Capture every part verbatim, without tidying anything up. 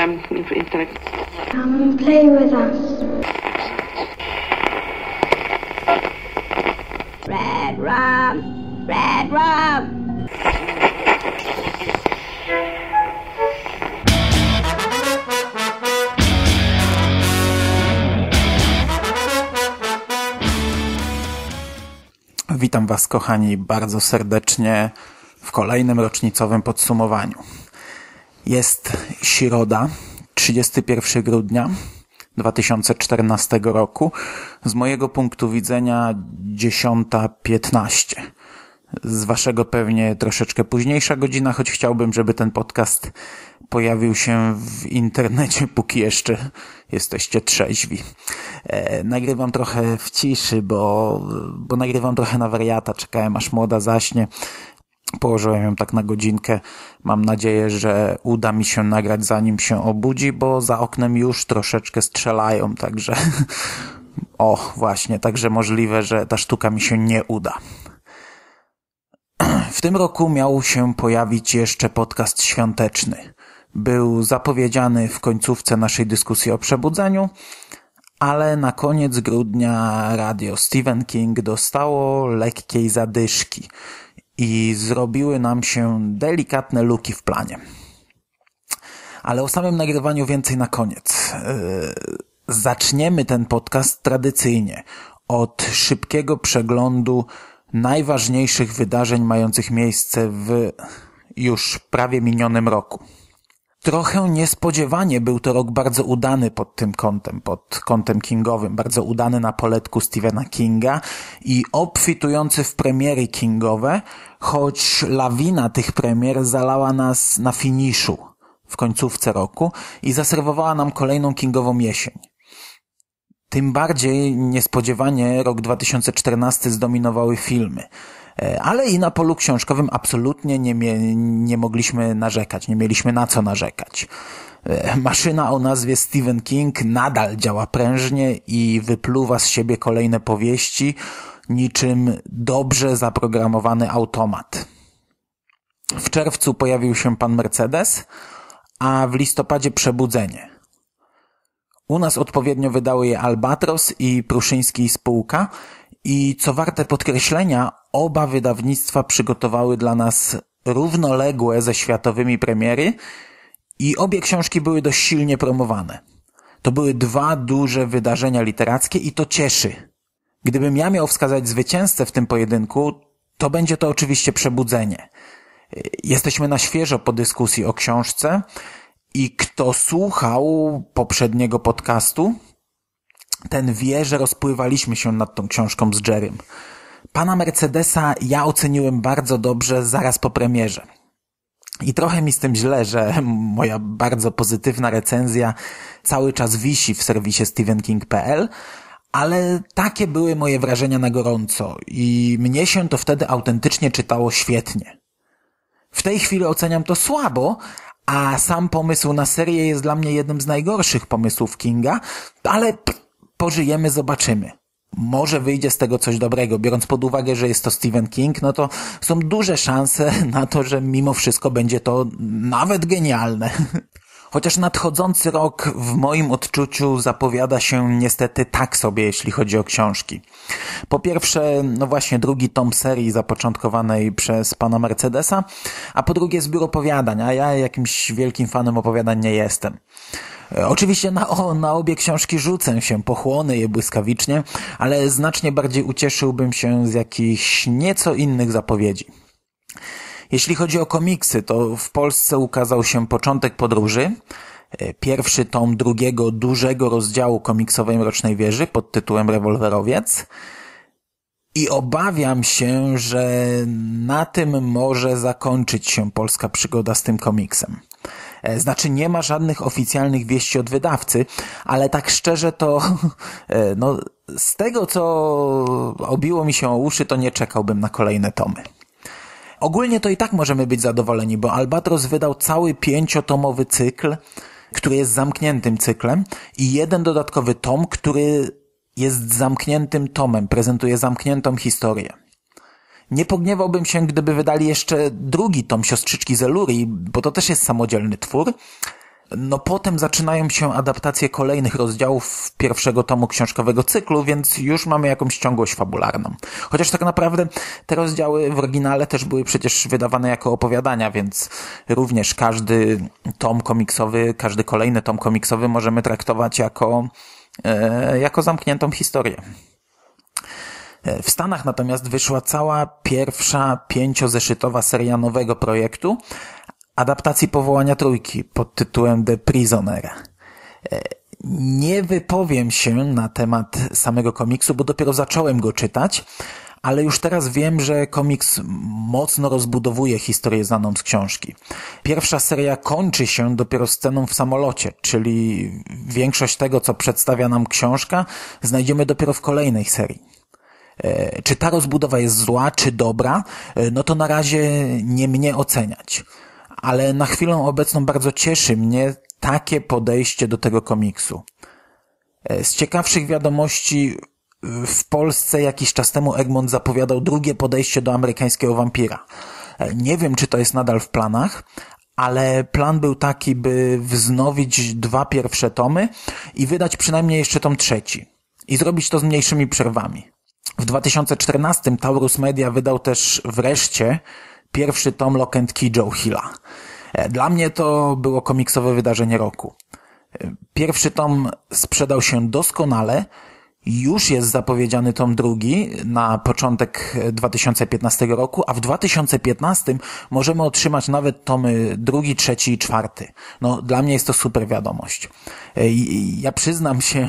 um, intellect. Come and play with us. Red rum, red rum. Witam Was, kochani, bardzo serdecznie w kolejnym rocznicowym podsumowaniu. Jest środa, trzydziestego pierwszego grudnia dwa tysiące czternastego roku. Z mojego punktu widzenia dziesiąta piętnaście. Z Waszego pewnie troszeczkę późniejsza godzina, choć chciałbym, żeby ten podcast pojawił się w internecie, póki jeszcze jesteście trzeźwi. E, nagrywam trochę w ciszy, bo, bo nagrywam trochę na wariata. Czekałem, aż młoda zaśnie. Położyłem ją tak na godzinkę. Mam nadzieję, że uda mi się nagrać, zanim się obudzi, bo za oknem już troszeczkę strzelają, także o, właśnie, także możliwe, że ta sztuka mi się nie uda. W tym roku miał się pojawić jeszcze podcast świąteczny. Był zapowiedziany w końcówce naszej dyskusji o przebudzeniu, ale na koniec grudnia radio Stephen King dostało lekkiej zadyszki i zrobiły nam się delikatne luki w planie. Ale o samym nagrywaniu więcej na koniec. Yy, zaczniemy ten podcast tradycyjnie od szybkiego przeglądu najważniejszych wydarzeń mających miejsce w już prawie minionym roku. Trochę niespodziewanie był to rok bardzo udany pod tym kątem, pod kątem kingowym, bardzo udany na poletku Stephena Kinga i obfitujący w premiery kingowe, choć lawina tych premier zalała nas na finiszu w końcówce roku i zaserwowała nam kolejną kingową jesień. Tym bardziej niespodziewanie rok dwa tysiące czternasty zdominowały filmy. Ale i na polu książkowym absolutnie nie, mie- nie mogliśmy narzekać, nie mieliśmy na co narzekać. Maszyna o nazwie Stephen King nadal działa prężnie i wypluwa z siebie kolejne powieści, niczym dobrze zaprogramowany automat. W czerwcu pojawił się Pan Mercedes, a w listopadzie Przebudzenie. U nas odpowiednio wydały je Albatros i Pruszyński i spółka i co warte podkreślenia, oba wydawnictwa przygotowały dla nas równoległe ze światowymi premiery i obie książki były dość silnie promowane. To były dwa duże wydarzenia literackie i to cieszy. Gdybym ja miał wskazać zwycięzcę w tym pojedynku, to będzie to oczywiście Przebudzenie. Jesteśmy na świeżo po dyskusji o książce i kto słuchał poprzedniego podcastu, ten wie, że rozpływaliśmy się nad tą książką z Jerrym. Pana Mercedesa ja oceniłem bardzo dobrze zaraz po premierze. I trochę mi z tym źle, że moja bardzo pozytywna recenzja cały czas wisi w serwisie stephen king kropka p l, ale takie były moje wrażenia na gorąco i mnie się to wtedy autentycznie czytało świetnie. W tej chwili oceniam to słabo, a sam pomysł na serię jest dla mnie jednym z najgorszych pomysłów Kinga, ale pożyjemy, zobaczymy. Może wyjdzie z tego coś dobrego. Biorąc pod uwagę, że jest to Stephen King, no to są duże szanse na to, że mimo wszystko będzie to nawet genialne. Chociaż nadchodzący rok w moim odczuciu zapowiada się niestety tak sobie, jeśli chodzi o książki. Po pierwsze, no właśnie drugi tom serii zapoczątkowanej przez pana Mercedesa, a po drugie zbiór opowiadań, a ja jakimś wielkim fanem opowiadań nie jestem. Oczywiście na, o, na obie książki rzucę się, pochłonę je błyskawicznie, ale znacznie bardziej ucieszyłbym się z jakichś nieco innych zapowiedzi. Jeśli chodzi o komiksy, to w Polsce ukazał się Początek podróży, pierwszy tom drugiego dużego rozdziału komiksowej Mrocznej Wieży pod tytułem Rewolwerowiec i obawiam się, że na tym może zakończyć się polska przygoda z tym komiksem. Znaczy nie ma żadnych oficjalnych wieści od wydawcy, ale tak szczerze to no, z tego co obiło mi się o uszy, to nie czekałbym na kolejne tomy. Ogólnie to i tak możemy być zadowoleni, bo Albatros wydał cały pięciotomowy cykl, który jest zamkniętym cyklem i jeden dodatkowy tom, który jest zamkniętym tomem, prezentuje zamkniętą historię. Nie pogniewałbym się, gdyby wydali jeszcze drugi tom Siostrzyczki z Elurii, bo to też jest samodzielny twór. No potem zaczynają się adaptacje kolejnych rozdziałów pierwszego tomu książkowego cyklu, więc już mamy jakąś ciągłość fabularną. Chociaż tak naprawdę te rozdziały w oryginale też były przecież wydawane jako opowiadania, więc również każdy tom komiksowy, każdy kolejny tom komiksowy możemy traktować jako, e, jako zamkniętą historię. W Stanach natomiast wyszła cała pierwsza pięciozeszytowa seria nowego projektu, adaptacji Powołania Trójki pod tytułem The Prisoner. Nie wypowiem się na temat samego komiksu, bo dopiero zacząłem go czytać, ale już teraz wiem, że komiks mocno rozbudowuje historię znaną z książki. Pierwsza seria kończy się dopiero sceną w samolocie, czyli większość tego, co przedstawia nam książka, znajdziemy dopiero w kolejnej serii. Czy ta rozbudowa jest zła, czy dobra, no to na razie nie mnie oceniać. Ale na chwilę obecną bardzo cieszy mnie takie podejście do tego komiksu. Z ciekawszych wiadomości w Polsce jakiś czas temu Egmont zapowiadał drugie podejście do amerykańskiego wampira. Nie wiem, czy to jest nadal w planach, ale plan był taki, by wznowić dwa pierwsze tomy i wydać przynajmniej jeszcze tom trzeci. I zrobić to z mniejszymi przerwami. W dwa tysiące czternastym Taurus Media wydał też wreszcie pierwszy tom Lock and Key Joe Hilla. Dla mnie to było komiksowe wydarzenie roku. Pierwszy tom sprzedał się doskonale, już jest zapowiedziany tom drugi na początek dwa tysiące piętnastego roku, a w dwa tysiące piętnastym możemy otrzymać nawet tomy drugi, trzeci i czwarty. No, dla mnie jest to super wiadomość. Ja przyznam się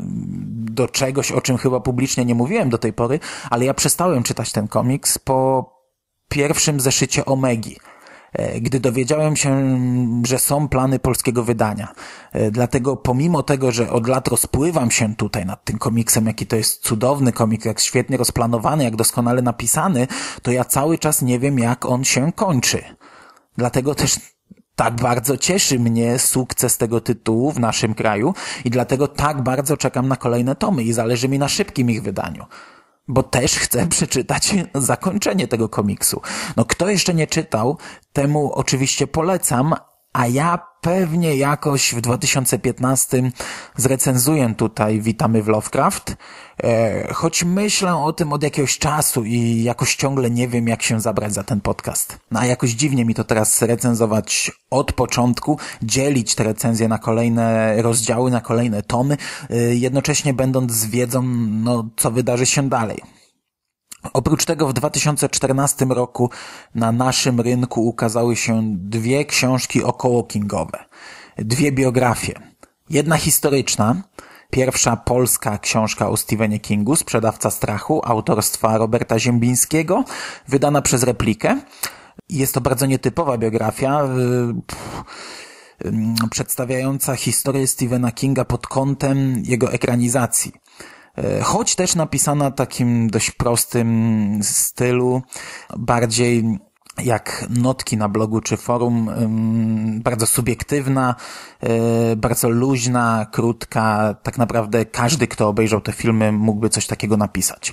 do czegoś, o czym chyba publicznie nie mówiłem do tej pory, ale ja przestałem czytać ten komiks po pierwszym zeszycie Omegi, gdy dowiedziałem się, że są plany polskiego wydania. Dlatego pomimo tego, że od lat rozpływam się tutaj nad tym komiksem, jaki to jest cudowny komiks, jak świetnie rozplanowany, jak doskonale napisany, to ja cały czas nie wiem, jak on się kończy. Dlatego też tak bardzo cieszy mnie sukces tego tytułu w naszym kraju i dlatego tak bardzo czekam na kolejne tomy i zależy mi na szybkim ich wydaniu. Bo też chcę przeczytać zakończenie tego komiksu. No kto jeszcze nie czytał, temu oczywiście polecam, a ja pewnie jakoś w dwa tysiące piętnastym zrecenzuję tutaj Witamy w Lovecraft, e, choć myślę o tym od jakiegoś czasu i jakoś ciągle nie wiem, jak się zabrać za ten podcast. No a jakoś dziwnie mi to teraz recenzować od początku, dzielić te recenzje na kolejne rozdziały, na kolejne tomy, e, jednocześnie będąc z wiedzą, no, co wydarzy się dalej. Oprócz tego w dwa tysiące czternastym roku na naszym rynku ukazały się dwie książki okołokingowe, dwie biografie. Jedna historyczna, pierwsza polska książka o Stephenie Kingu, Sprzedawca strachu, autorstwa Roberta Ziembińskiego, wydana przez Replikę. Jest to bardzo nietypowa biografia, pff, przedstawiająca historię Stephena Kinga pod kątem jego ekranizacji. Choć też napisana takim dość prostym stylu, bardziej jak notki na blogu czy forum, bardzo subiektywna, bardzo luźna, krótka. Tak naprawdę każdy, kto obejrzał te filmy, mógłby coś takiego napisać.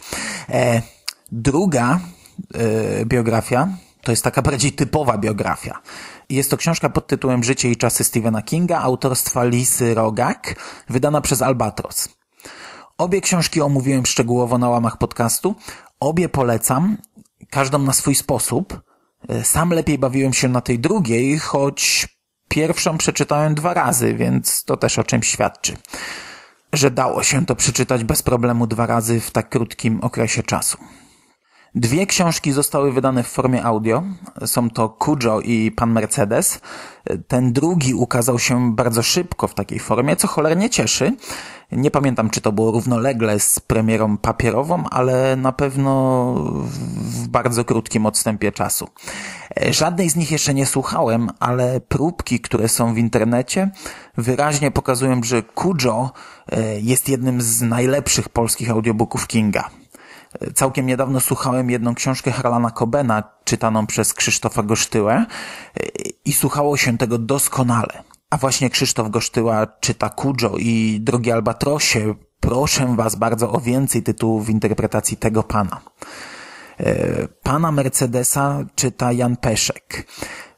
Druga biografia to jest taka bardziej typowa biografia. Jest to książka pod tytułem Życie i czasy Stephena Kinga, autorstwa Lisy Rogak, wydana przez Albatros. Obie książki omówiłem szczegółowo na łamach podcastu. Obie polecam, każdą na swój sposób. Sam lepiej bawiłem się na tej drugiej, choć pierwszą przeczytałem dwa razy, więc to też o czymś świadczy. Że dało się to przeczytać bez problemu dwa razy w tak krótkim okresie czasu. Dwie książki zostały wydane w formie audio. Są to Cujo i Pan Mercedes. Ten drugi ukazał się bardzo szybko w takiej formie, co cholernie cieszy. Nie pamiętam, czy to było równolegle z premierą papierową, ale na pewno w bardzo krótkim odstępie czasu. Żadnej z nich jeszcze nie słuchałem, ale próbki, które są w internecie, wyraźnie pokazują, że Cujo jest jednym z najlepszych polskich audiobooków Kinga. Całkiem niedawno słuchałem jedną książkę Harlana Cobena, czytaną przez Krzysztofa Gosztyłę i słuchało się tego doskonale. A właśnie Krzysztof Gosztyła czyta Cujo i Drogi Albatrosie, proszę was bardzo o więcej tytułów w interpretacji tego pana. Pana Mercedesa czyta Jan Peszek.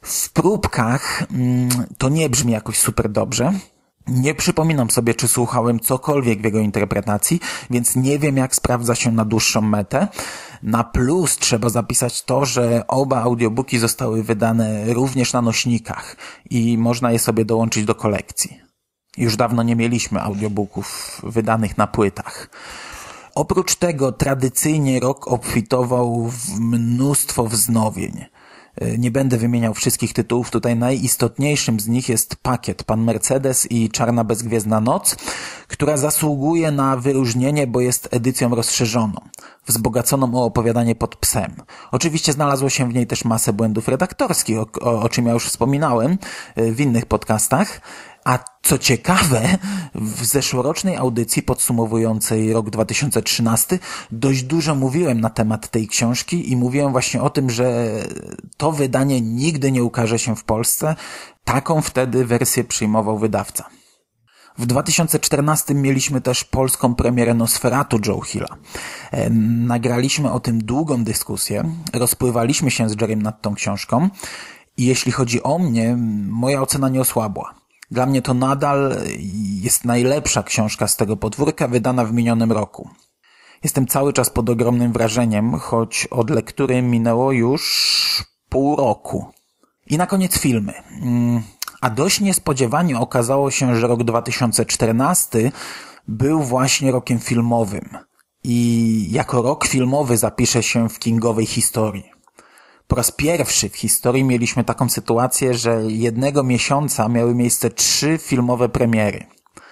W próbkach mm, to nie brzmi jakoś super dobrze. Nie przypominam sobie, czy słuchałem cokolwiek w jego interpretacji, więc nie wiem, jak sprawdza się na dłuższą metę. Na plus trzeba zapisać to, że oba audiobooki zostały wydane również na nośnikach i można je sobie dołączyć do kolekcji. Już dawno nie mieliśmy audiobooków wydanych na płytach. Oprócz tego tradycyjnie rok obfitował w mnóstwo wznowień. Nie będę wymieniał wszystkich tytułów, tutaj najistotniejszym z nich jest Pakiet, Pan Mercedes i Czarna Bezgwiezdna Noc, która zasługuje na wyróżnienie, bo jest edycją rozszerzoną, wzbogaconą o opowiadanie pod psem. Oczywiście znalazło się w niej też masę błędów redaktorskich, o, o, o czym ja już wspominałem w innych podcastach. A co ciekawe, w zeszłorocznej audycji podsumowującej rok dwa tysiące trzynasty dość dużo mówiłem na temat tej książki i mówiłem właśnie o tym, że to wydanie nigdy nie ukaże się w Polsce. Taką wtedy wersję przyjmował wydawca. W dwa tysiące czternastym mieliśmy też polską premierę Nosferatu Joe Hilla. Nagraliśmy o tym długą dyskusję, rozpływaliśmy się z Jerrym nad tą książką i jeśli chodzi o mnie, moja ocena nie osłabła. Dla mnie to nadal jest najlepsza książka z tego podwórka wydana w minionym roku. Jestem cały czas pod ogromnym wrażeniem, choć od lektury minęło już pół roku. I na koniec filmy. A dość niespodziewanie okazało się, że rok dwa tysiące czternasty był właśnie rokiem filmowym. I jako rok filmowy zapisze się w kingowej historii. Po raz pierwszy w historii mieliśmy taką sytuację, że jednego miesiąca miały miejsce trzy filmowe premiery.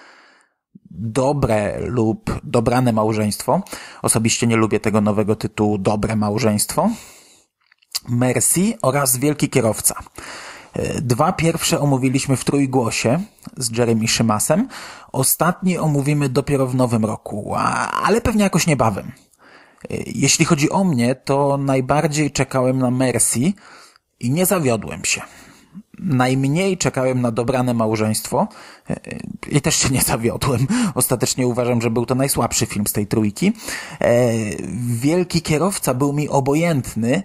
Dobre lub Dobrane małżeństwo. Osobiście nie lubię tego nowego tytułu Dobre małżeństwo. Mercy oraz Wielki kierowca. Dwa pierwsze omówiliśmy w trójgłosie z Jerrym i Szymasem. Ostatni omówimy dopiero w nowym roku, ale pewnie jakoś niebawem. Jeśli chodzi o mnie, to najbardziej czekałem na Mercy i nie zawiodłem się. Najmniej czekałem na Dobrane małżeństwo i też się nie zawiodłem. Ostatecznie uważam, że był to najsłabszy film z tej trójki. Wielki kierowca był mi obojętny,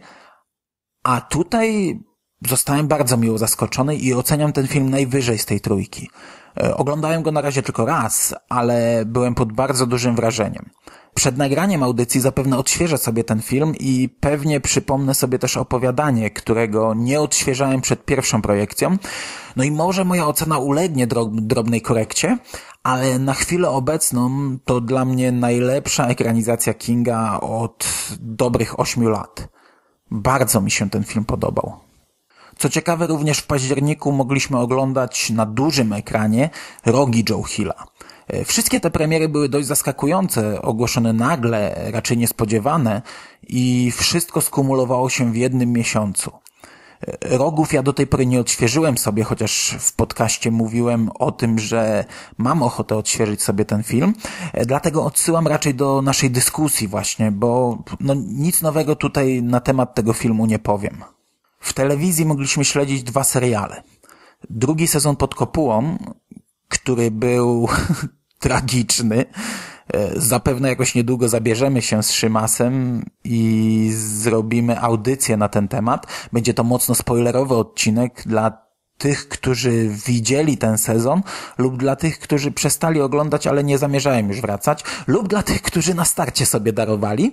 a tutaj zostałem bardzo miło zaskoczony i oceniam ten film najwyżej z tej trójki. Oglądałem go na razie tylko raz, ale byłem pod bardzo dużym wrażeniem. Przed nagraniem audycji zapewne odświeżę sobie ten film i pewnie przypomnę sobie też opowiadanie, którego nie odświeżałem przed pierwszą projekcją. No i może moja ocena ulegnie drobnej korekcie, ale na chwilę obecną to dla mnie najlepsza ekranizacja Kinga od dobrych ośmiu lat. Bardzo mi się ten film podobał. Co ciekawe, również w październiku mogliśmy oglądać na dużym ekranie Rogi Joe Hilla. Wszystkie te premiery były dość zaskakujące, ogłoszone nagle, raczej niespodziewane i wszystko skumulowało się w jednym miesiącu. Rogów ja do tej pory nie odświeżyłem sobie, chociaż w podcaście mówiłem o tym, że mam ochotę odświeżyć sobie ten film, dlatego odsyłam raczej do naszej dyskusji właśnie, bo no, nic nowego tutaj na temat tego filmu nie powiem. W telewizji mogliśmy śledzić dwa seriale. Drugi sezon Pod kopułą, który był tragiczny. Zapewne jakoś niedługo zabierzemy się z Szymasem i zrobimy audycję na ten temat. Będzie to mocno spoilerowy odcinek dla tych, którzy widzieli ten sezon lub dla tych, którzy przestali oglądać, ale nie zamierzają już wracać, lub dla tych, którzy na starcie sobie darowali.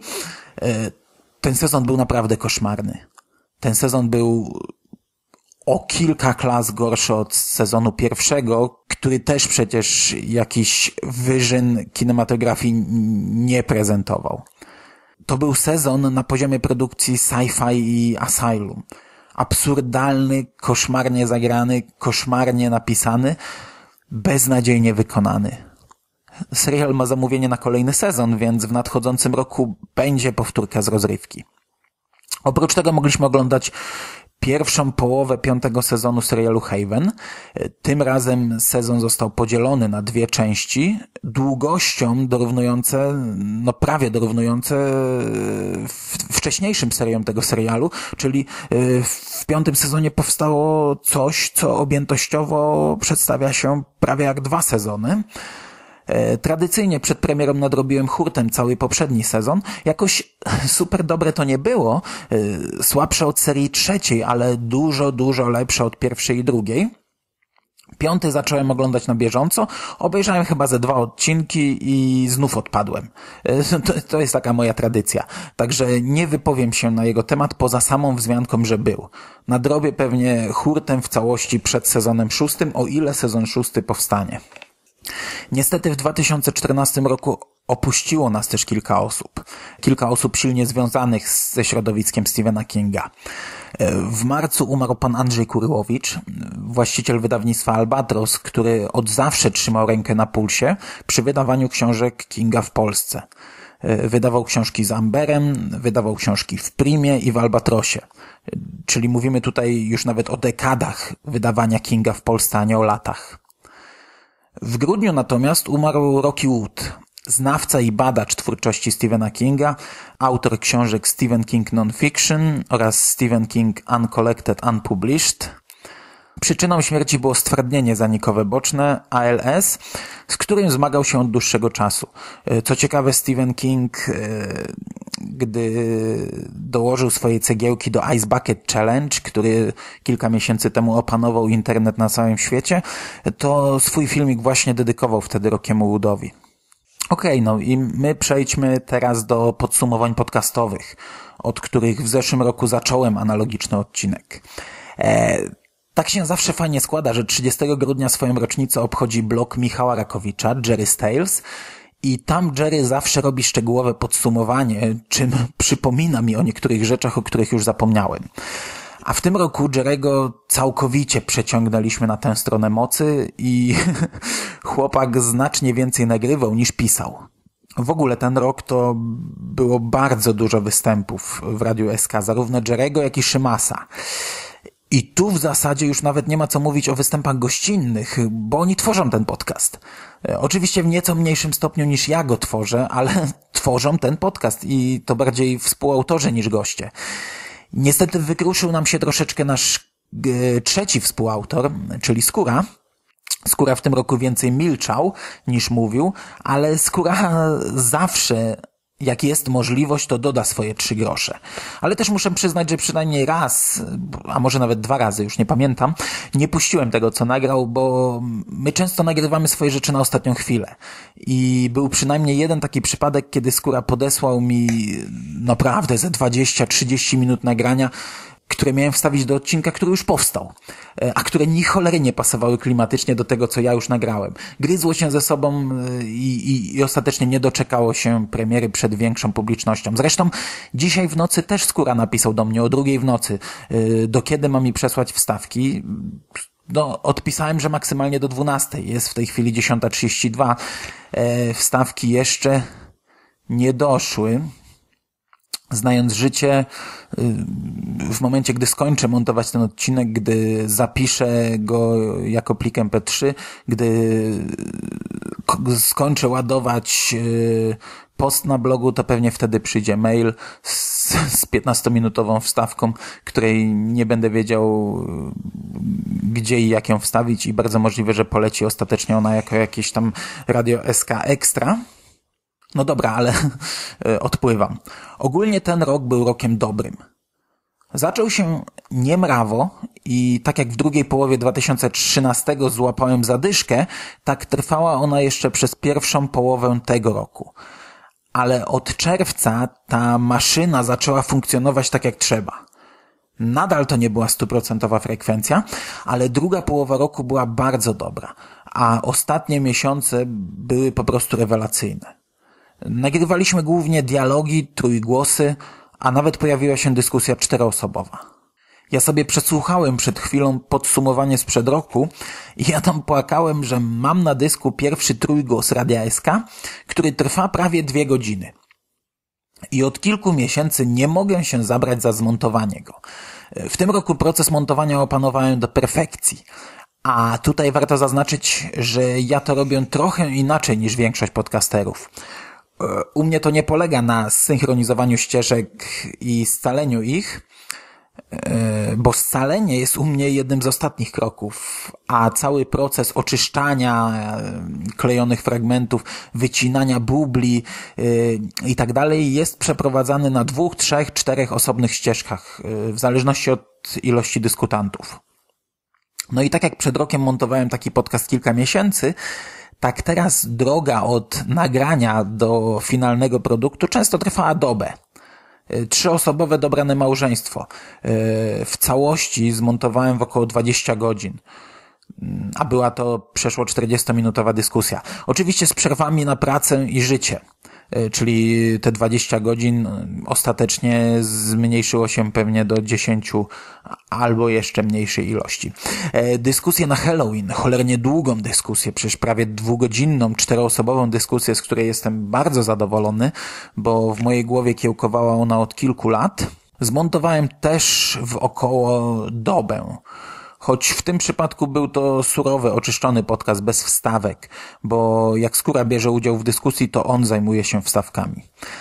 Ten sezon był naprawdę koszmarny. Ten sezon był o kilka klas gorszy od sezonu pierwszego, który też przecież jakiś wyżyn kinematografii nie prezentował. To był sezon na poziomie produkcji Sci-Fi i Asylum. Absurdalny, koszmarnie zagrany, koszmarnie napisany, beznadziejnie wykonany. Serial ma zamówienie na kolejny sezon, więc w nadchodzącym roku będzie powtórka z rozrywki. Oprócz tego mogliśmy oglądać pierwszą połowę piątego sezonu serialu Haven. Tym razem sezon został podzielony na dwie części, długością dorównujące, no prawie dorównujące wcześniejszym seriom tego serialu, czyli w piątym sezonie powstało coś, co objętościowo przedstawia się prawie jak dwa sezony. Tradycyjnie przed premierą nadrobiłem hurtem cały poprzedni sezon. Jakoś super dobre to nie było. Słabsze od serii trzeciej, ale dużo, dużo lepsze od pierwszej i drugiej. Piąty zacząłem oglądać na bieżąco, obejrzałem chyba ze dwa odcinki i znów odpadłem. To, to jest taka moja tradycja. Także nie wypowiem się na jego temat poza samą wzmianką, że był. Nadrobię pewnie hurtem w całości przed sezonem szóstym, o ile sezon szósty powstanie. Niestety w dwa tysiące czternastym roku opuściło nas też kilka osób. Kilka osób silnie związanych ze środowiskiem Stephena Kinga. W marcu umarł pan Andrzej Kuryłowicz, właściciel wydawnictwa Albatros, który od zawsze trzymał rękę na pulsie przy wydawaniu książek Kinga w Polsce. Wydawał książki z Amberem, wydawał książki w Primie i w Albatrosie. Czyli mówimy tutaj już nawet o dekadach wydawania Kinga w Polsce, a nie o latach. W grudniu natomiast umarł Rocky Wood, znawca i badacz twórczości Stephena Kinga, autor książek Stephen King Non-Fiction oraz Stephen King Uncollected Unpublished. Przyczyną śmierci było stwardnienie zanikowe boczne, A L S, z którym zmagał się od dłuższego czasu. Co ciekawe, Stephen King, gdy dołożył swoje cegiełki do Ice Bucket Challenge, który kilka miesięcy temu opanował internet na całym świecie, to swój filmik właśnie dedykował wtedy Rockiemu Woodowi. Okej, okay, no i my przejdźmy teraz do podsumowań podcastowych, od których w zeszłym roku zacząłem analogiczny odcinek. E, tak się zawsze fajnie składa, że trzydziestego grudnia swoją rocznicę obchodzi blog Michała Rakowicza, Jerry's Tales, i tam Jerry zawsze robi szczegółowe podsumowanie, czym przypomina mi o niektórych rzeczach, o których już zapomniałem. A w tym roku Jerry'ego całkowicie przeciągnęliśmy na tę stronę mocy i chłopak znacznie więcej nagrywał niż pisał. W ogóle ten rok to było bardzo dużo występów w Radiu S K, zarówno Jerry'ego, jak i Szymasa. I tu w zasadzie już nawet nie ma co mówić o występach gościnnych, bo oni tworzą ten podcast. Oczywiście w nieco mniejszym stopniu niż ja go tworzę, ale tworzą ten podcast i to bardziej współautorzy niż goście. Niestety wykruszył nam się troszeczkę nasz e, trzeci współautor, czyli Skóra. Skóra w tym roku więcej milczał niż mówił, ale Skóra zawsze, jak jest możliwość, to doda swoje trzy grosze. Ale też muszę przyznać, że przynajmniej raz, a może nawet dwa razy, już nie pamiętam, nie puściłem tego, co nagrał, bo my często nagrywamy swoje rzeczy na ostatnią chwilę. I był przynajmniej jeden taki przypadek, kiedy Skóra podesłał mi naprawdę ze dwadzieścia trzydzieści minut nagrania, które miałem wstawić do odcinka, który już powstał, a które ni cholery nie pasowały klimatycznie do tego, co ja już nagrałem. Gryzło się ze sobą i, i, i ostatecznie nie doczekało się premiery przed większą publicznością. Zresztą dzisiaj w nocy też Skóra napisał do mnie o drugiej w nocy, do kiedy ma mi przesłać wstawki. No, odpisałem, że maksymalnie do dwunastej. Jest w tej chwili dziesiąta trzydzieści dwa. Wstawki jeszcze nie doszły. Znając życie, w momencie, gdy skończę montować ten odcinek, gdy zapiszę go jako plik em pe trzy, gdy skończę ładować post na blogu, to pewnie wtedy przyjdzie mail z, z piętnastominutową wstawką, której nie będę wiedział, gdzie i jak ją wstawić, i bardzo możliwe, że poleci ostatecznie ona jako jakieś tam Radio S K Extra. No dobra, ale odpływam. Ogólnie ten rok był rokiem dobrym. Zaczął się niemrawo i tak jak w drugiej połowie dwa tysiące trzynastego złapałem zadyszkę, tak trwała ona jeszcze przez pierwszą połowę tego roku. Ale od czerwca ta maszyna zaczęła funkcjonować tak jak trzeba. Nadal to nie była stuprocentowa frekwencja, ale druga połowa roku była bardzo dobra, a ostatnie miesiące były po prostu rewelacyjne. Nagrywaliśmy głównie dialogi, trójgłosy, a nawet pojawiła się dyskusja czteroosobowa. Ja sobie przesłuchałem przed chwilą podsumowanie sprzed roku i ja tam płakałem, że mam na dysku pierwszy trójgłos Radia S K, który trwa prawie dwie godziny. I od kilku miesięcy nie mogę się zabrać za zmontowanie go. W tym roku proces montowania opanowałem do perfekcji, a tutaj warto zaznaczyć, że ja to robię trochę inaczej niż większość podcasterów. U mnie to nie polega na synchronizowaniu ścieżek i scaleniu ich, bo scalenie jest u mnie jednym z ostatnich kroków, a cały proces oczyszczania klejonych fragmentów, wycinania bubli i tak dalej jest przeprowadzany na dwóch, trzech, czterech osobnych ścieżkach, w zależności od ilości dyskutantów. No i tak jak przed rokiem montowałem taki podcast kilka miesięcy, tak teraz droga od nagrania do finalnego produktu często trwała dobę. Trzyosobowe dobrane małżeństwo. W całości zmontowałem w około dwadzieścia godzin. A była to przeszło czterdziestominutowa dyskusja. Oczywiście z przerwami na pracę i życie. Czyli te dwadzieścia godzin ostatecznie zmniejszyło się pewnie do dziesięciu albo jeszcze mniejszej ilości. Dyskusję na Halloween, cholernie długą dyskusję, przecież prawie dwugodzinną, czteroosobową dyskusję, z której jestem bardzo zadowolony, bo w mojej głowie kiełkowała ona od kilku lat. Zmontowałem też w około dobę. Choć w tym przypadku był to surowy, oczyszczony podcast bez wstawek, bo jak Skóra bierze udział w dyskusji, to on zajmuje się wstawkami.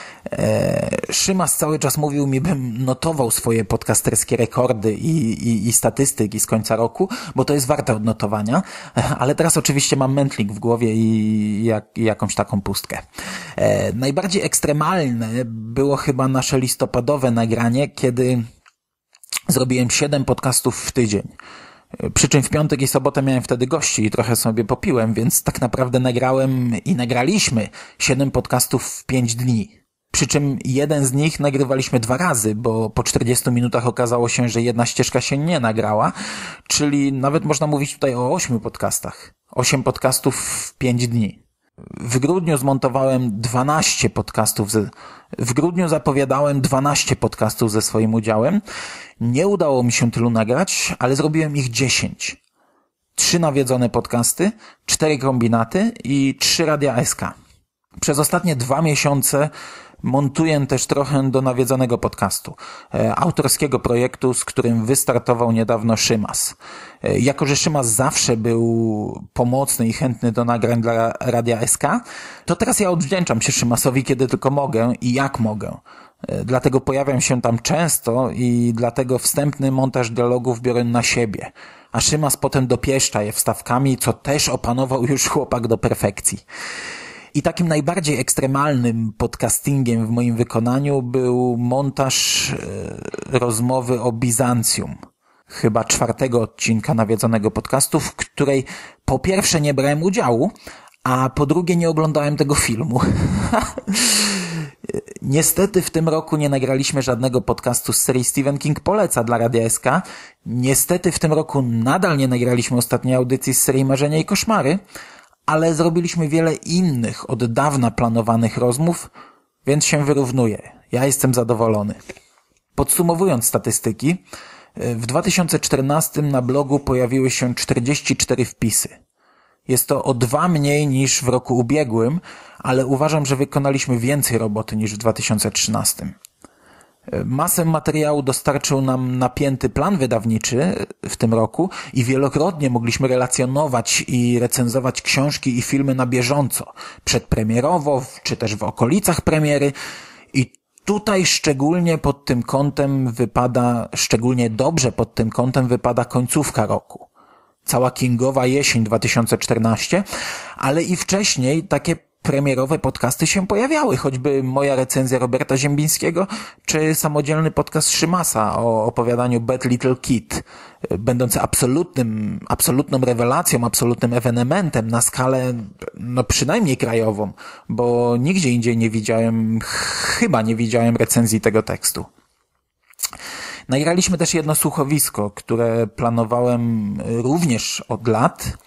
Eee, Szymas cały czas mówił mi, bym notował swoje podcasterskie rekordy i, i, i statystyki z końca roku, bo to jest warte odnotowania, ale teraz oczywiście mam mętlik w głowie i, jak, i jakąś taką pustkę. Eee, najbardziej ekstremalne było chyba nasze listopadowe nagranie, kiedy zrobiłem siedem podcastów w tydzień. Przy czym w piątek i sobotę miałem wtedy gości i trochę sobie popiłem, więc tak naprawdę nagrałem i nagraliśmy siedem podcastów w pięć dni. Przy czym jeden z nich nagrywaliśmy dwa razy, bo po czterdziestu minutach okazało się, że jedna ścieżka się nie nagrała, czyli nawet można mówić tutaj o ośmiu podcastach. Osiem podcastów w pięć dni. W grudniu zmontowałem dwanaście podcastów, ze, w grudniu zapowiadałem dwanaście podcastów ze swoim udziałem. Nie udało mi się tylu nagrać, ale zrobiłem ich dziesięć. Trzy nawiedzone podcasty, cztery kombinaty i trzy radia S K. Przez ostatnie dwa miesiące montuję też trochę do nawiedzonego podcastu, e, autorskiego projektu, z którym wystartował niedawno Szymas. E, jako, że Szymas zawsze był pomocny i chętny do nagrań dla Radia S K, to teraz ja odwdzięczam się Szymasowi, kiedy tylko mogę i jak mogę. E, dlatego pojawiam się tam często i dlatego wstępny montaż dialogów biorę na siebie. A Szymas potem dopieszcza je wstawkami, co też opanował już chłopak do perfekcji. I takim najbardziej ekstremalnym podcastingiem w moim wykonaniu był montaż e, rozmowy o Bizancjum. Chyba czwartego odcinka nawiedzonego podcastu, w której po pierwsze nie brałem udziału, a po drugie nie oglądałem tego filmu. Niestety w tym roku nie nagraliśmy żadnego podcastu z serii Stephen King poleca dla Radia S K. Niestety w tym roku nadal nie nagraliśmy ostatniej audycji z serii Marzenia i Koszmary, ale zrobiliśmy wiele innych, od dawna planowanych rozmów, więc się wyrównuje. Ja jestem zadowolony. Podsumowując statystyki, w dwa tysiące czternastym na blogu pojawiły się czterdzieści cztery wpisy. Jest to o dwa mniej niż w roku ubiegłym, ale uważam, że wykonaliśmy więcej roboty niż w dwa tysiące trzynastym. Masę materiału dostarczył nam napięty plan wydawniczy w tym roku i wielokrotnie mogliśmy relacjonować i recenzować książki i filmy na bieżąco, przedpremierowo, czy też w okolicach premiery. I tutaj szczególnie pod tym kątem wypada, szczególnie dobrze pod tym kątem wypada końcówka roku. Cała Kingowa jesień dwa tysiące czternasty, ale i wcześniej takie premierowe podcasty się pojawiały, choćby moja recenzja Roberta Ziembińskiego, czy samodzielny podcast Szymasa o opowiadaniu Bad Little Kid, będący absolutnym, absolutną rewelacją, absolutnym ewenementem na skalę, no przynajmniej krajową, bo nigdzie indziej nie widziałem, chyba nie widziałem recenzji tego tekstu. Nagraliśmy też jedno słuchowisko, które planowałem również od lat,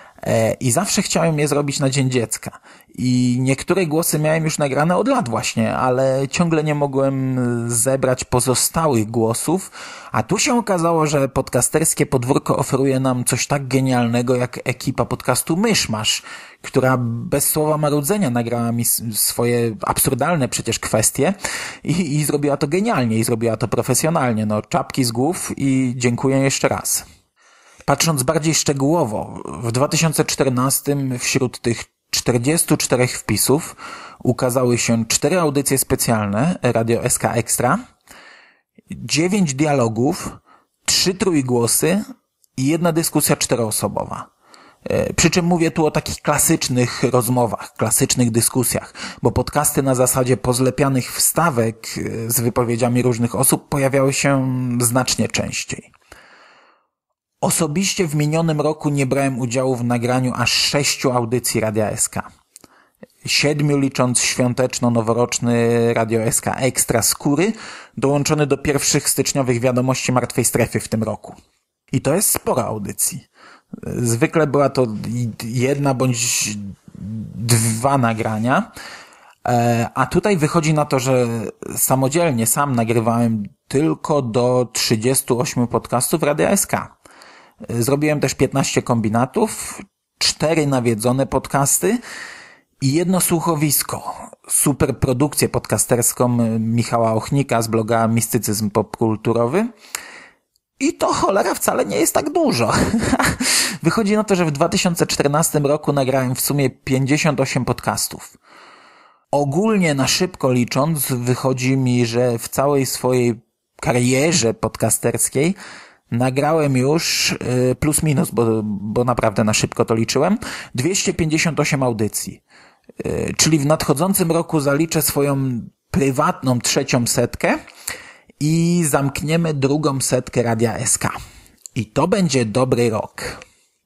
i zawsze chciałem je zrobić na Dzień Dziecka. I niektóre głosy miałem już nagrane od lat właśnie, ale ciągle nie mogłem zebrać pozostałych głosów, a tu się okazało, że podcasterskie podwórko oferuje nam coś tak genialnego jak ekipa podcastu Myszmasz, która bez słowa marudzenia nagrała mi swoje absurdalne przecież kwestie i, i zrobiła to genialnie i zrobiła to profesjonalnie. No, czapki z głów i dziękuję jeszcze raz. Patrząc bardziej szczegółowo, w dwa tysiące czternastym wśród tych czterdziestu czterech wpisów ukazały się cztery audycje specjalne Radio S K Extra, dziewięć dialogów, trzy trójgłosy i jedna dyskusja czteroosobowa. Przy czym mówię tu o takich klasycznych rozmowach, klasycznych dyskusjach, bo podcasty na zasadzie pozlepianych wstawek z wypowiedziami różnych osób pojawiały się znacznie częściej. Osobiście w minionym roku nie brałem udziału w nagraniu aż sześciu audycji Radia S K. Siedmiu licząc świąteczno-noworoczny Radio S K Ekstra Skóry, dołączony do pierwszych styczniowych wiadomości Martwej Strefy w tym roku. I to jest sporo audycji. Zwykle była to jedna bądź dwa nagrania, a tutaj wychodzi na to, że samodzielnie sam nagrywałem tylko do trzydziestu ośmiu podcastów Radia S K. Zrobiłem też piętnaście kombinatów, cztery nawiedzone podcasty i jedno słuchowisko. Super produkcję podcasterską Michała Ochnika z bloga Mistycyzm Popkulturowy. I to cholera wcale nie jest tak dużo. Wychodzi na to, że w dwa tysiące czternastym roku nagrałem w sumie pięćdziesiąt osiem podcastów. Ogólnie na szybko licząc wychodzi mi, że w całej swojej karierze podcasterskiej nagrałem już plus minus, bo, bo naprawdę na szybko to liczyłem, dwieście pięćdziesiąt osiem audycji. Czyli w nadchodzącym roku zaliczę swoją prywatną trzecią setkę i zamkniemy drugą setkę Radia S K. I to będzie dobry rok.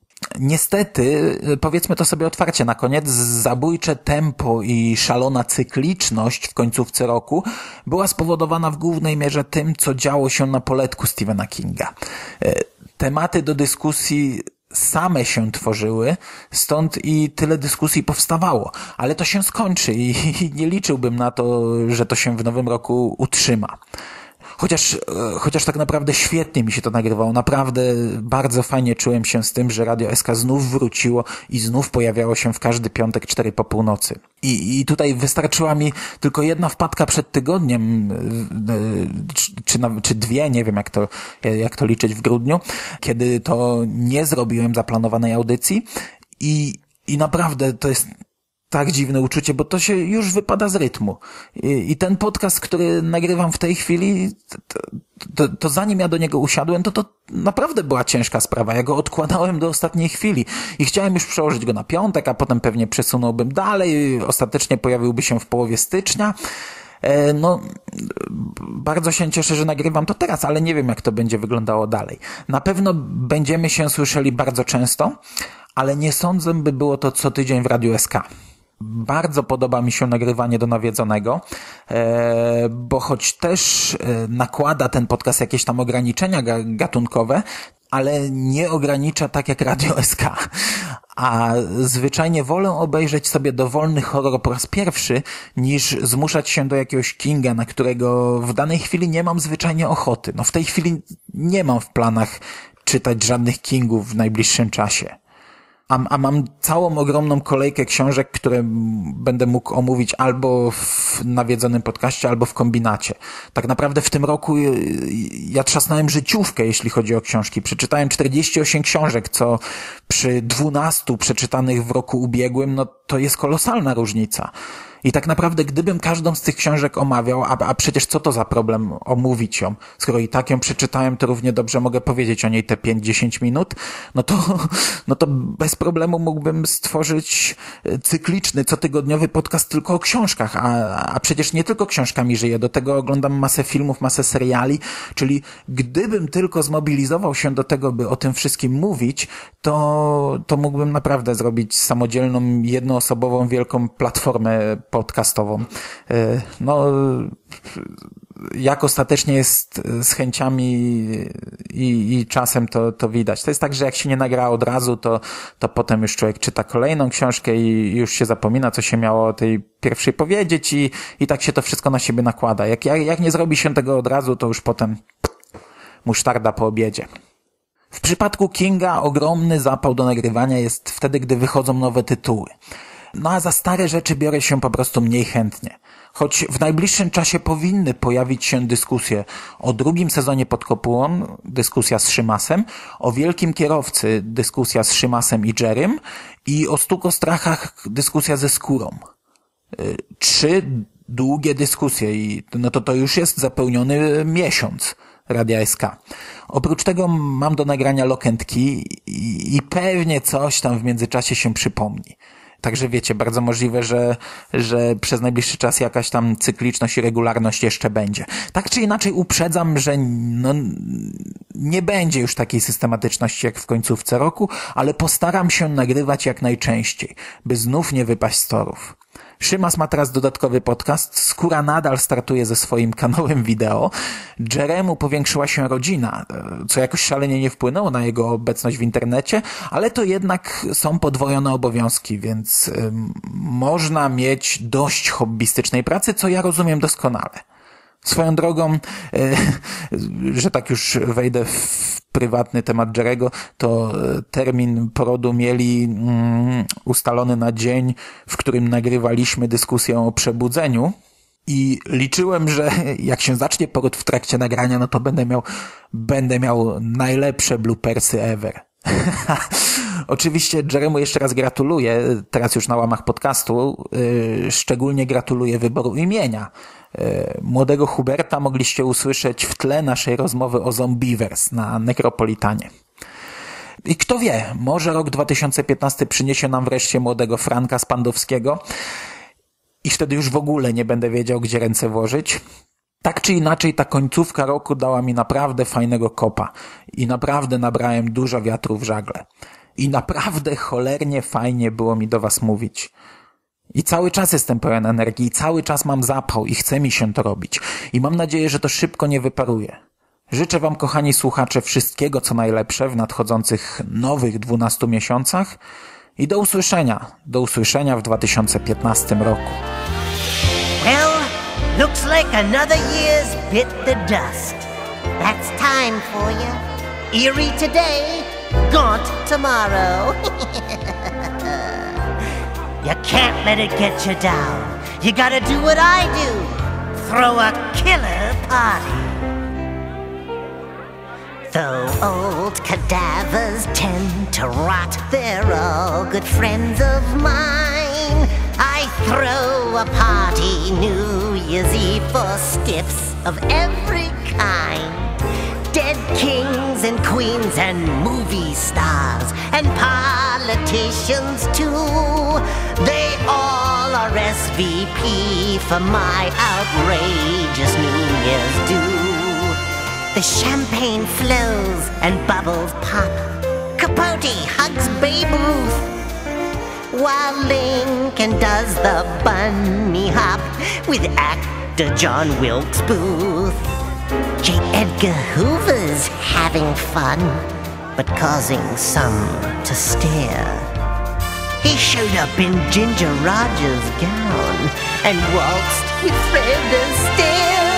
Niestety, powiedzmy to sobie otwarcie na koniec, zabójcze tempo i szalona cykliczność w końcówce roku była spowodowana w głównej mierze tym, co działo się na poletku Stephena Kinga. Tematy do dyskusji same się tworzyły, stąd i tyle dyskusji powstawało. Ale to się skończy i nie liczyłbym na to, że to się w nowym roku utrzyma. Chociaż, chociaż tak naprawdę świetnie mi się to nagrywało. Naprawdę bardzo fajnie czułem się z tym, że Radio S K znów wróciło i znów pojawiało się w każdy piątek cztery po północy. I, i tutaj wystarczyła mi tylko jedna wpadka przed tygodniem, czy, czy dwie, nie wiem jak to, jak to liczyć w grudniu, kiedy to nie zrobiłem zaplanowanej audycji i, i naprawdę to jest tak dziwne uczucie, bo to się już wypada z rytmu. I, i ten podcast, który nagrywam w tej chwili, to, to, to zanim ja do niego usiadłem, to to naprawdę była ciężka sprawa. Ja go odkładałem do ostatniej chwili i chciałem już przełożyć go na piątek, a potem pewnie przesunąłbym dalej, ostatecznie pojawiłby się w połowie stycznia. E, no, bardzo się cieszę, że nagrywam to teraz, ale nie wiem, jak to będzie wyglądało dalej. Na pewno będziemy się słyszeli bardzo często, ale nie sądzę, by było to co tydzień w Radiu S K. Bardzo podoba mi się nagrywanie do nawiedzonego, bo choć też nakłada ten podcast jakieś tam ograniczenia gatunkowe, ale nie ogranicza tak jak Radio S K. A zwyczajnie wolę obejrzeć sobie dowolny horror po raz pierwszy, niż zmuszać się do jakiegoś Kinga, na którego w danej chwili nie mam zwyczajnie ochoty. No w tej chwili nie mam w planach czytać żadnych Kingów w najbliższym czasie. A, a mam całą ogromną kolejkę książek, które będę mógł omówić albo w nawiedzonym podcaście, albo w kombinacie. Tak naprawdę w tym roku ja trzasnąłem życiówkę, jeśli chodzi o książki. Przeczytałem czterdzieści osiem książek, co przy dwunastu przeczytanych w roku ubiegłym, no to jest kolosalna różnica. I tak naprawdę gdybym każdą z tych książek omawiał, a, a przecież co to za problem omówić ją, skoro i tak ją przeczytałem, to równie dobrze mogę powiedzieć o niej te pięć do dziesięciu minut, no to, no to bez problemu mógłbym stworzyć cykliczny, cotygodniowy podcast tylko o książkach, a, a przecież nie tylko książkami żyję, do tego oglądam masę filmów, masę seriali, czyli gdybym tylko zmobilizował się do tego, by o tym wszystkim mówić, to, to mógłbym naprawdę zrobić samodzielną, jednoosobową, wielką platformę podcastową. No, jak ostatecznie jest z chęciami i, i czasem, to, to widać. To jest tak, że jak się nie nagra od razu, to, to potem już człowiek czyta kolejną książkę i już się zapomina, co się miało o tej pierwszej powiedzieć i, i tak się to wszystko na siebie nakłada. Jak, jak, jak nie zrobi się tego od razu, to już potem musztarda po obiedzie. W przypadku Kinga ogromny zapał do nagrywania jest wtedy, gdy wychodzą nowe tytuły. No a za stare rzeczy biorę się po prostu mniej chętnie. Choć w najbliższym czasie powinny pojawić się dyskusje o drugim sezonie Pod kopułą, dyskusja z Szymasem, o Wielkim Kierowcy, dyskusja z Szymasem i Jerrym i o Stu Kostrachach, dyskusja ze Skórą. Trzy długie dyskusje i no to to już jest zapełniony miesiąc Radia S K. Oprócz tego mam do nagrania lokentki i, i pewnie coś tam w międzyczasie się przypomni. Także wiecie, bardzo możliwe, że, że przez najbliższy czas jakaś tam cykliczność i regularność jeszcze będzie. Tak czy inaczej uprzedzam, że no, nie będzie już takiej systematyczności jak w końcówce roku, ale postaram się nagrywać jak najczęściej, by znów nie wypaść z torów. Szymas ma teraz dodatkowy podcast, Skóra nadal startuje ze swoim kanałem wideo, Jeremu powiększyła się rodzina, co jakoś szalenie nie wpłynęło na jego obecność w internecie, ale to jednak są podwojone obowiązki, więc y, można mieć dość hobbystycznej pracy, co ja rozumiem doskonale. Swoją drogą, y, że tak już wejdę w prywatny temat Jerego, to termin porodu mieli mm, ustalony na dzień, w którym nagrywaliśmy dyskusję o przebudzeniu i liczyłem, że jak się zacznie poród w trakcie nagrania, no to będę miał, będę miał najlepsze bloopersy ever. Oczywiście Jeremu jeszcze raz gratuluję, teraz już na łamach podcastu, yy, szczególnie gratuluję wyboru imienia. Yy, młodego Huberta mogliście usłyszeć w tle naszej rozmowy o Zombievers na Necropolitanie. I kto wie, może rok dwa tysiące piętnasty przyniesie nam wreszcie młodego Franka Spandowskiego i wtedy już w ogóle nie będę wiedział, gdzie ręce włożyć. Tak czy inaczej, ta końcówka roku dała mi naprawdę fajnego kopa i naprawdę nabrałem dużo wiatru w żagle. I naprawdę cholernie fajnie było mi do was mówić. I cały czas jestem pełen energii, i cały czas mam zapał i chce mi się to robić. I mam nadzieję, że to szybko nie wyparuje. Życzę wam, kochani słuchacze, wszystkiego co najlepsze w nadchodzących nowych dwunastu miesiącach i do usłyszenia, do usłyszenia w dwa tysiące piętnastym roku. Well, looks like another year's bit the dust. That's time for you. Eerie today, gaunt tomorrow. You can't let it get you down. You gotta do what I do. Throw a killer party. Though old cadavers tend to rot, they're all good friends of mine. I throw a party New Year's Eve for stiffs of every kind. Dead kings and queens and movie stars and politicians too. They all are S V P for my outrageous New Year's do. The champagne flows and bubbles pop. Capote hugs Babe Ruth, while Lincoln does the bunny hop with actor John Wilkes Booth. J. Edgar Hoover's having fun, but causing some to stare. He showed up in Ginger Rogers' gown and waltzed with Fred Astaire.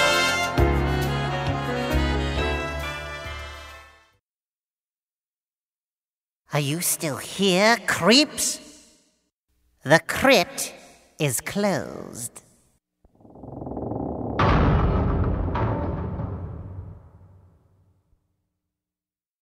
Are you still here, creeps? The crypt is closed.